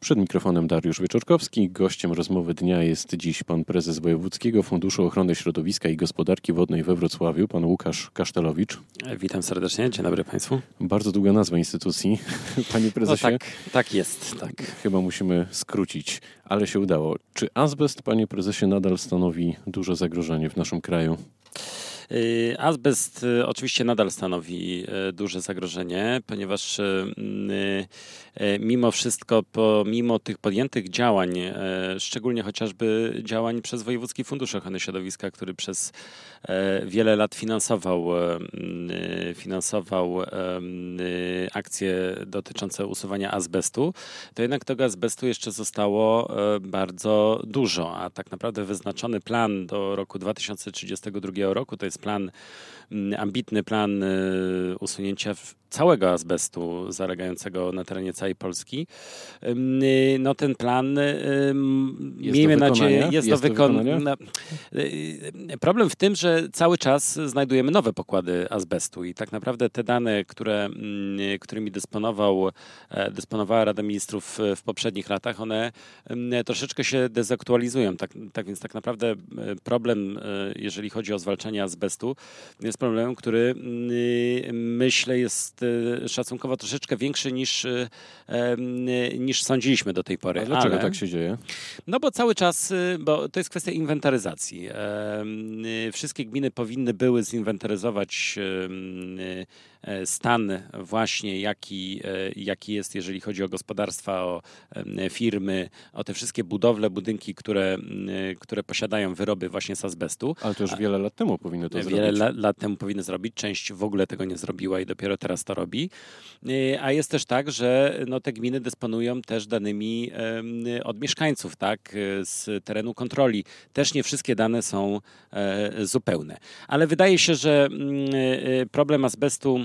Przed mikrofonem Dariusz Wieczorkowski. Gościem rozmowy dnia jest dziś pan prezes Wojewódzkiego Funduszu Ochrony Środowiska i Gospodarki Wodnej we Wrocławiu, pan Łukasz Kasztelowicz. Witam serdecznie, dzień dobry państwu. Bardzo długa nazwa instytucji, panie prezesie. No tak jest. Tak. Chyba musimy skrócić, ale się udało. Czy azbest, panie prezesie, nadal stanowi duże zagrożenie w naszym kraju? Azbest oczywiście nadal stanowi duże zagrożenie, ponieważ mimo wszystko, pomimo tych podjętych działań, szczególnie chociażby działań przez Wojewódzki Fundusz Ochrony Środowiska, który przez wiele lat finansował akcje dotyczące usuwania azbestu, to jednak tego azbestu jeszcze zostało bardzo dużo, a tak naprawdę wyznaczony plan do roku 2032 roku, to jest ambitny plan usunięcia całego azbestu zalegającego na terenie całej Polski. No ten plan, miejmy nadzieję, jest do wykonania. Problem w tym, że cały czas znajdujemy nowe pokłady azbestu i tak naprawdę te dane, którymi dysponowała Rada Ministrów w poprzednich latach, one troszeczkę się dezaktualizują. Tak więc tak naprawdę problem, jeżeli chodzi o zwalczanie azbestu, jest problemem, który myślę jest szacunkowo troszeczkę większy niż sądziliśmy do tej pory. A dlaczego tak się dzieje? No bo cały czas, bo to jest kwestia inwentaryzacji. Wszystkie gminy powinny były zinwentaryzować stan właśnie jaki jest, jeżeli chodzi o gospodarstwa, o firmy, o te wszystkie budowle, budynki, które posiadają wyroby właśnie z azbestu. Ale to już wiele lat temu powinny to zrobić. Wiele lat temu powinny zrobić. Część w ogóle tego nie zrobiła i dopiero teraz to robi. A jest też tak, że te gminy dysponują też danymi od mieszkańców, tak, z terenu kontroli. Też nie wszystkie dane są zupełne. Ale wydaje się, że problem azbestu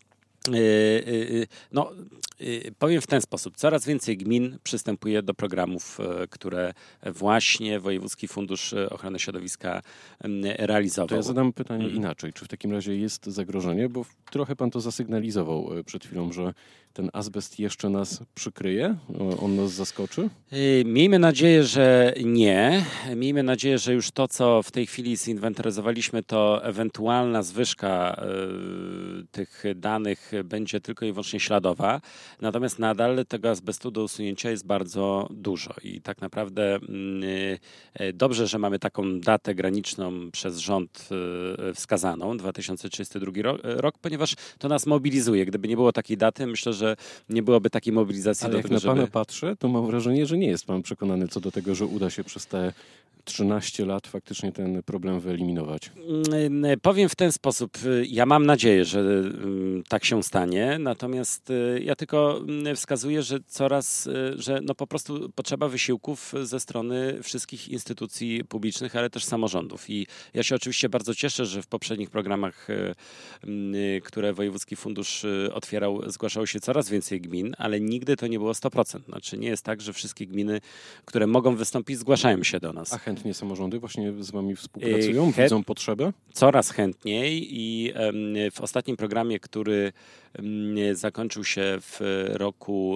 powiem w ten sposób. Coraz więcej gmin przystępuje do programów, które właśnie Wojewódzki Fundusz Ochrony Środowiska realizował. To ja zadam pytanie inaczej. Czy w takim razie jest zagrożenie? Bo trochę pan to zasygnalizował przed chwilą, że ten azbest jeszcze nas przykryje? On nas zaskoczy? Miejmy nadzieję, że nie. Miejmy nadzieję, że już to, co w tej chwili zinwentaryzowaliśmy, to ewentualna zwyżka tych danych będzie tylko i wyłącznie śladowa. Natomiast nadal tego azbestu do usunięcia jest bardzo dużo i tak naprawdę dobrze, że mamy taką datę graniczną przez rząd wskazaną, 2032 rok, ponieważ to nas mobilizuje. Gdyby nie było takiej daty, myślę, że nie byłoby takiej mobilizacji. Ale jak na pana patrzę, to mam wrażenie, że nie jest pan przekonany co do tego, że uda się przez te 13 lat faktycznie ten problem wyeliminować. Powiem w ten sposób. Ja mam nadzieję, że tak się stanie, natomiast ja tylko wskazuję, że że po prostu potrzeba wysiłków ze strony wszystkich instytucji publicznych, ale też samorządów. I ja się oczywiście bardzo cieszę, że w poprzednich programach, które Wojewódzki Fundusz otwierał, zgłaszało się coraz więcej gmin, ale nigdy to nie było 100%. Znaczy nie jest tak, że wszystkie gminy, które mogą wystąpić, zgłaszają się do nas. A chętnie samorządy właśnie z wami współpracują? Widzą potrzebę? Coraz chętniej i w ostatnim programie, który zakończył się w roku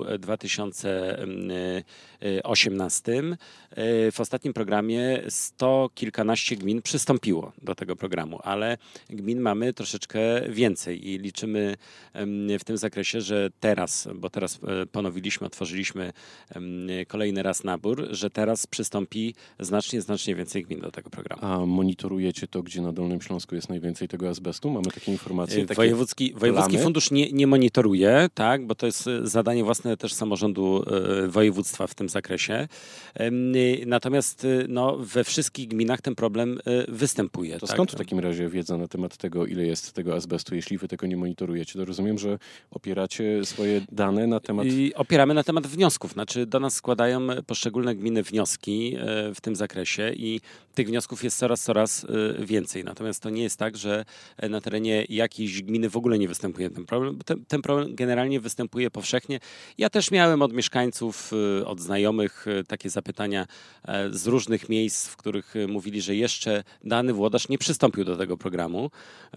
2018. W ostatnim programie 100 kilkanaście gmin przystąpiło do tego programu, ale gmin mamy troszeczkę więcej i liczymy w tym zakresie, że teraz otworzyliśmy kolejny raz nabór, że teraz przystąpi znacznie więcej gmin do tego programu. A monitorujecie to, gdzie na Dolnym Śląsku jest najwięcej tego azbestu? Mamy takie informacje? Wojewódzki Fundusz nie monitoruje, tak, bo to jest zadanie własne też samorządu województwa w tym zakresie. Natomiast we wszystkich gminach ten problem występuje. To skąd w takim razie wiedza na temat tego, ile jest tego azbestu, jeśli wy tego nie monitorujecie? To rozumiem, że opieracie swoje dane na temat... Opieramy na temat wniosków. Znaczy do nas składają poszczególne gminy wnioski w tym zakresie się i tych wniosków jest coraz więcej. Natomiast to nie jest tak, że na terenie jakiejś gminy w ogóle nie występuje ten problem. Ten problem generalnie występuje powszechnie. Ja też miałem od mieszkańców, od znajomych takie zapytania z różnych miejsc, w których mówili, że jeszcze dany włodarz nie przystąpił do tego programu.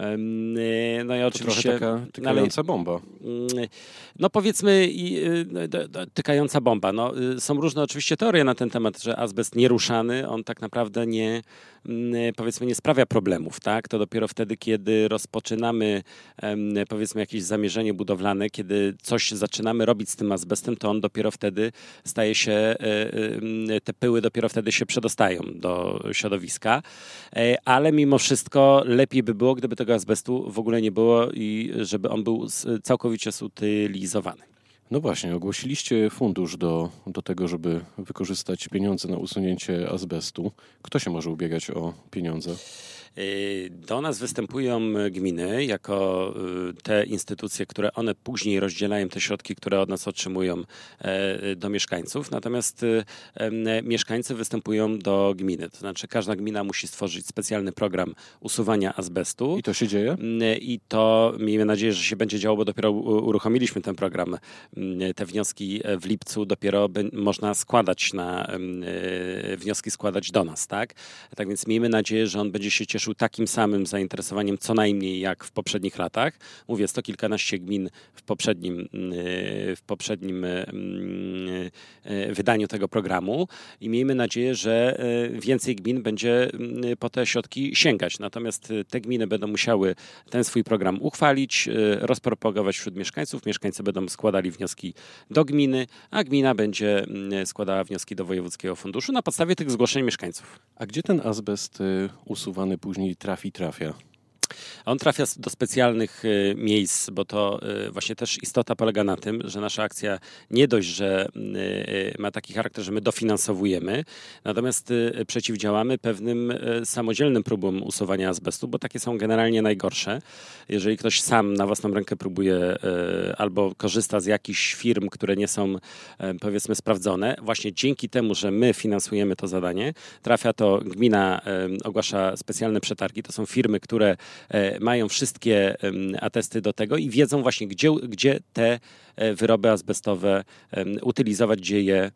No i oczywiście to trochę taka tykająca bomba. No powiedzmy tykająca bomba. No, są różne oczywiście teorie na ten temat, że azbest nieruszany, on tak naprawdę nie sprawia problemów, tak? To dopiero wtedy, kiedy rozpoczynamy powiedzmy jakieś zamierzenie budowlane, kiedy coś zaczynamy robić z tym azbestem, to on dopiero wtedy staje się, te pyły dopiero wtedy się przedostają do środowiska, ale mimo wszystko lepiej by było, gdyby tego azbestu w ogóle nie było i żeby on był całkowicie zutylizowany. No właśnie, ogłosiliście fundusz do tego, żeby wykorzystać pieniądze na usunięcie azbestu. Kto się może ubiegać o pieniądze? Do nas występują gminy jako te instytucje, które one później rozdzielają te środki, które od nas otrzymują do mieszkańców. Natomiast mieszkańcy występują do gminy. To znaczy każda gmina musi stworzyć specjalny program usuwania azbestu. I to się dzieje? I to miejmy nadzieję, że się będzie działo, bo dopiero uruchomiliśmy ten program. Te wnioski w lipcu dopiero można składać wnioski składać do nas, tak? Tak więc miejmy nadzieję, że on będzie się cieszył takim samym zainteresowaniem co najmniej jak w poprzednich latach. Mówię, 100 kilkanaście gmin w poprzednim wydaniu tego programu i miejmy nadzieję, że więcej gmin będzie po te środki sięgać. Natomiast te gminy będą musiały ten swój program uchwalić, rozpropagować wśród mieszkańców. Mieszkańcy będą składali wnioski do gminy, a gmina będzie składała wnioski do Wojewódzkiego Funduszu na podstawie tych zgłoszeń mieszkańców. A gdzie ten azbest usuwany później trafia? On trafia do specjalnych miejsc, bo to właśnie też istota polega na tym, że nasza akcja nie dość, że ma taki charakter, że my dofinansowujemy, natomiast przeciwdziałamy pewnym samodzielnym próbom usuwania azbestu, bo takie są generalnie najgorsze. Jeżeli ktoś sam na własną rękę próbuje albo korzysta z jakichś firm, które nie są powiedzmy sprawdzone, właśnie dzięki temu, że my finansujemy to zadanie, trafia to, gmina ogłasza specjalne przetargi, to są firmy, które mają wszystkie atesty do tego i wiedzą właśnie, gdzie te wyroby azbestowe utylizować, gdzie je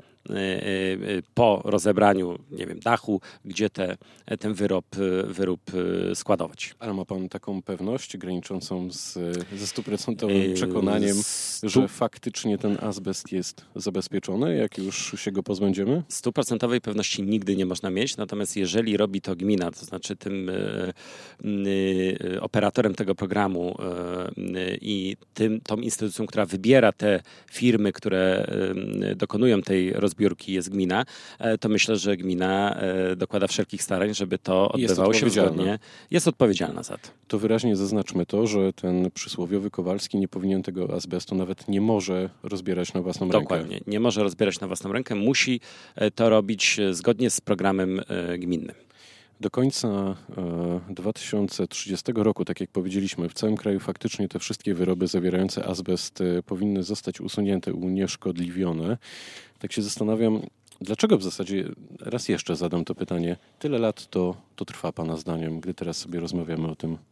po rozebraniu, nie wiem, dachu, gdzie ten wyrób składować. Ale ma pan taką pewność graniczącą ze 100% przekonaniem, że faktycznie ten azbest jest zabezpieczony, jak już się go pozbędziemy? 100% pewności nigdy nie można mieć, natomiast jeżeli robi to gmina, to znaczy tym operatorem tego programu i tą instytucją, która wybiera te firmy, które dokonują tej rozbiórki, jest gmina, to myślę, że gmina dokłada wszelkich starań, żeby to odbywało się zgodnie. Jest odpowiedzialna za to. To wyraźnie zaznaczmy to, że ten przysłowiowy Kowalski nie powinien tego azbestu nawet nie może rozbierać na własną rękę. Dokładnie. Nie może rozbierać na własną rękę. Musi to robić zgodnie z programem gminnym. Do końca 2030 roku, tak jak powiedzieliśmy, w całym kraju faktycznie te wszystkie wyroby zawierające azbest powinny zostać usunięte, unieszkodliwione. Tak się zastanawiam, dlaczego w zasadzie, raz jeszcze zadam to pytanie, tyle lat to trwa Pana zdaniem, gdy teraz sobie rozmawiamy o tym?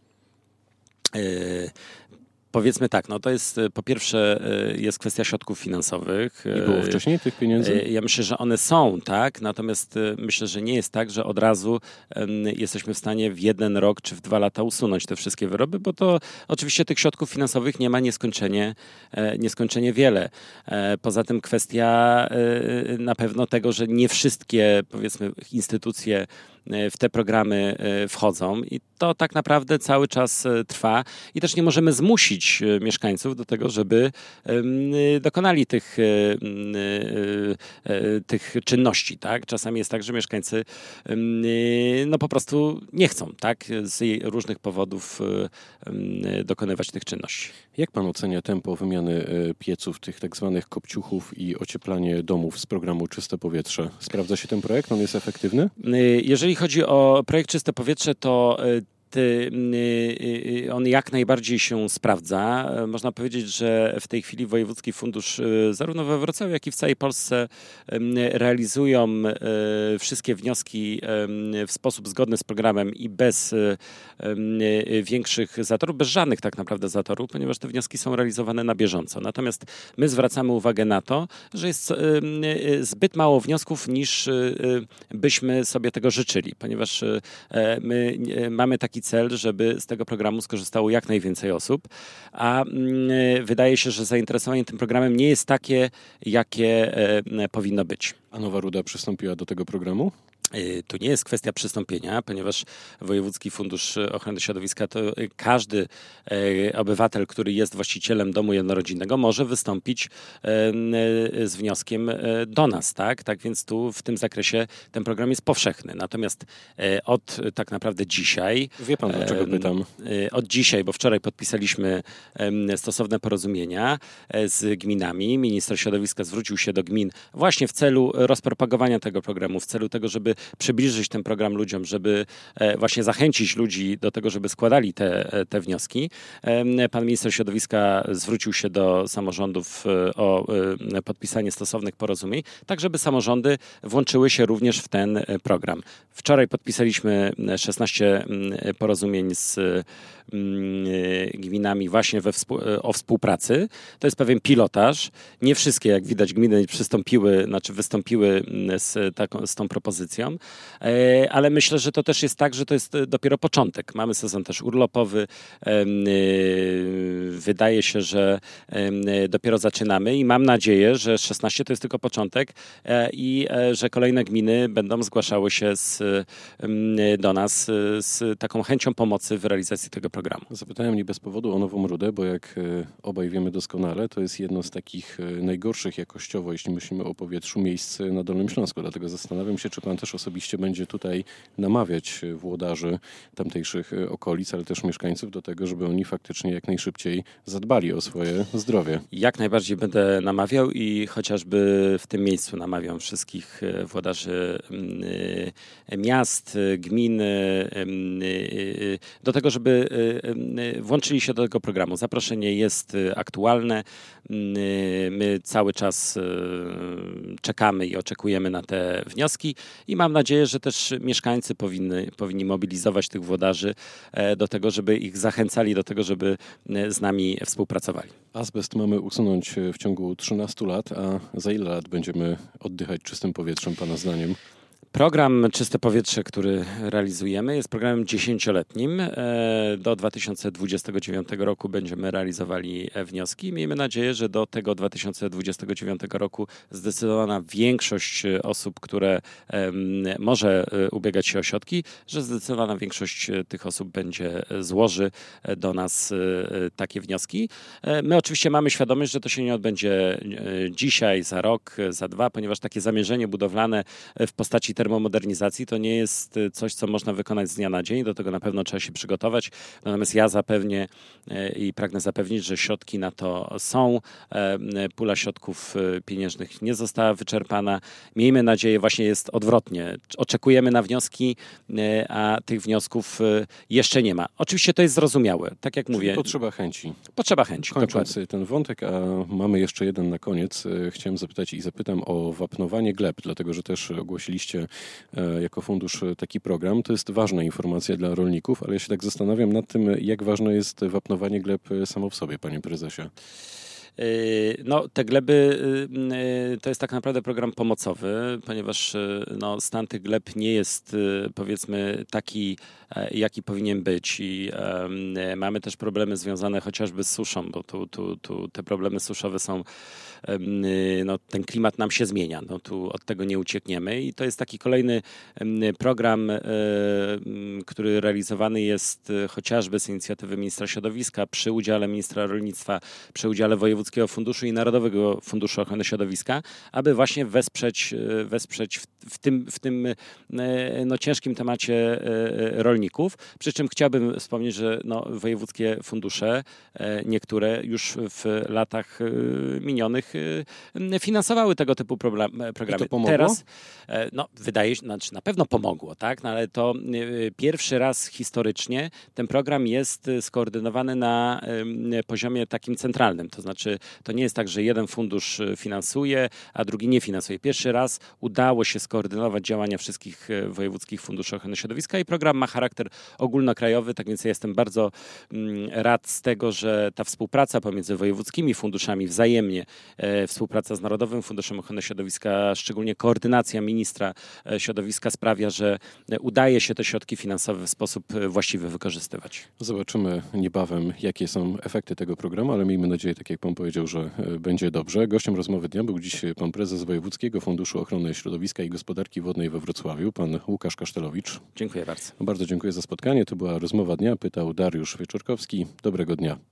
Powiedzmy tak, no to jest po pierwsze jest kwestia środków finansowych. I było wcześniej tych pieniędzy? Ja myślę, że one są, tak, natomiast myślę, że nie jest tak, że od razu jesteśmy w stanie w 1 rok czy w 2 lata usunąć te wszystkie wyroby, bo to oczywiście tych środków finansowych nie ma nieskończenie wiele. Poza tym kwestia na pewno tego, że nie wszystkie, powiedzmy, instytucje w te programy wchodzą i to tak naprawdę cały czas trwa i też nie możemy zmusić mieszkańców do tego, żeby dokonali tych czynności, tak? Czasami jest tak, że mieszkańcy no po prostu nie chcą, tak? Z różnych powodów dokonywać tych czynności. Jak pan ocenia tempo wymiany pieców, tych tak zwanych kopciuchów i ocieplanie domów z programu Czyste Powietrze? Sprawdza się ten projekt? On jest efektywny? Jeżeli chodzi o projekt Czyste Powietrze, to on jak najbardziej się sprawdza. Można powiedzieć, że w tej chwili Wojewódzki Fundusz zarówno we Wrocławiu, jak i w całej Polsce realizują wszystkie wnioski w sposób zgodny z programem i bez większych zatorów, bez żadnych tak naprawdę zatorów, ponieważ te wnioski są realizowane na bieżąco. Natomiast my zwracamy uwagę na to, że jest zbyt mało wniosków, niż byśmy sobie tego życzyli, ponieważ my mamy taki cel, żeby z tego programu skorzystało jak najwięcej osób, a wydaje się, że zainteresowanie tym programem nie jest takie, jakie powinno być. A Nowa Ruda przystąpiła do tego programu? To nie jest kwestia przystąpienia, ponieważ Wojewódzki Fundusz Ochrony Środowiska to każdy obywatel, który jest właścicielem domu jednorodzinnego, może wystąpić z wnioskiem do nas, tak? Tak więc tu w tym zakresie ten program jest powszechny. Natomiast od tak naprawdę dzisiaj... Wie pan, dlaczego pytam? Od dzisiaj, bo wczoraj podpisaliśmy stosowne porozumienia z gminami. Minister Środowiska zwrócił się do gmin właśnie w celu rozpropagowania tego programu, w celu tego, żeby przybliżyć ten program ludziom, żeby właśnie zachęcić ludzi do tego, żeby składali te wnioski. Pan minister środowiska zwrócił się do samorządów o podpisanie stosownych porozumień, tak żeby samorządy włączyły się również w ten program. Wczoraj podpisaliśmy 16 porozumień z gminami właśnie o współpracy. To jest pewien pilotaż. Nie wszystkie, jak widać, gminy wystąpiły z tą propozycją, ale myślę, że to też jest tak, że to jest dopiero początek. Mamy sezon też urlopowy. Wydaje się, że dopiero zaczynamy i mam nadzieję, że 16 to jest tylko początek i że kolejne gminy będą zgłaszały się do nas z taką chęcią pomocy w realizacji tego programu. Zapytałem nie bez powodu o Nową Rudę, bo jak obaj wiemy doskonale, to jest jedno z takich najgorszych jakościowo, jeśli myślimy o powietrzu, miejsc na Dolnym Śląsku. Dlatego zastanawiam się, czy pan też osobiście będzie tutaj namawiać włodarzy tamtejszych okolic, ale też mieszkańców do tego, żeby oni faktycznie jak najszybciej zadbali o swoje zdrowie. Jak najbardziej będę namawiał i chociażby w tym miejscu namawiam wszystkich włodarzy miast, gmin do tego, żeby włączyli się do tego programu. Zaproszenie jest aktualne. My cały czas czekamy i oczekujemy na te wnioski i mam nadzieję, że też mieszkańcy powinni mobilizować tych włodarzy do tego, żeby ich zachęcali do tego, żeby z nami współpracowali. Azbest mamy usunąć w ciągu 13 lat, a za ile lat będziemy oddychać czystym powietrzem, pana zdaniem? Program Czyste Powietrze, który realizujemy, jest programem 10-letnim. Do 2029 roku będziemy realizowali wnioski. Miejmy nadzieję, że do tego 2029 roku zdecydowana większość osób, które może ubiegać się o środki, że zdecydowana większość tych osób złoży do nas takie wnioski. My oczywiście mamy świadomość, że to się nie odbędzie dzisiaj, za rok, za dwa, ponieważ takie zamierzenie budowlane w postaci termomodernizacji to nie jest coś, co można wykonać z dnia na dzień. Do tego na pewno trzeba się przygotować. Natomiast ja zapewnię i pragnę zapewnić, że środki na to są. Pula środków pieniężnych nie została wyczerpana. Miejmy nadzieję, właśnie jest odwrotnie. Oczekujemy na wnioski, a tych wniosków jeszcze nie ma. Oczywiście to jest zrozumiałe. Tak jak mówię. Potrzeba chęci. Potrzeba chęci. Kończąc dokładnie ten wątek, a mamy jeszcze jeden na koniec, chciałem zapytać i zapytam o wapnowanie gleb, dlatego że też ogłosiliście jako fundusz taki program. To jest ważna informacja dla rolników, ale ja się tak zastanawiam nad tym, jak ważne jest wapnowanie gleb samo w sobie, panie prezesie. No, te gleby to jest tak naprawdę program pomocowy, ponieważ stan tych gleb nie jest, powiedzmy, taki, jaki powinien być i mamy też problemy związane chociażby z suszą, bo tu te problemy suszowe są, ten klimat nam się zmienia, tu od tego nie uciekniemy i to jest taki kolejny program, który realizowany jest chociażby z inicjatywy ministra środowiska, przy udziale ministra rolnictwa, przy udziale województwa Wojewódzkiego Funduszu i Narodowego Funduszu Ochrony Środowiska, aby właśnie wesprzeć w tym ciężkim temacie rolników. Przy czym chciałbym wspomnieć, że wojewódzkie fundusze, niektóre już w latach minionych finansowały tego typu programy. I to pomogło? Teraz wydaje się, na pewno pomogło, tak? Ale to pierwszy raz historycznie ten program jest skoordynowany na poziomie takim centralnym. To znaczy, to nie jest tak, że jeden fundusz finansuje, a drugi nie finansuje. Pierwszy raz udało się skoordynować działania wszystkich wojewódzkich funduszy ochrony środowiska i program ma charakter ogólnokrajowy, tak więc ja jestem bardzo rad z tego, że ta współpraca pomiędzy wojewódzkimi funduszami wzajemnie, współpraca z Narodowym Funduszem Ochrony Środowiska, szczególnie koordynacja ministra środowiska sprawia, że udaje się te środki finansowe w sposób właściwy wykorzystywać. Zobaczymy niebawem, jakie są efekty tego programu, ale miejmy nadzieję, tak jak pan powiedział, że będzie dobrze. Gościem rozmowy dnia był dziś pan prezes Wojewódzkiego Funduszu Ochrony Środowiska i Gospodarki Wodnej we Wrocławiu, pan Łukasz Kasztelowicz. Dziękuję bardzo. Bardzo dziękuję za spotkanie. To była rozmowa dnia. Pytał Dariusz Wieczorkowski. Dobrego dnia.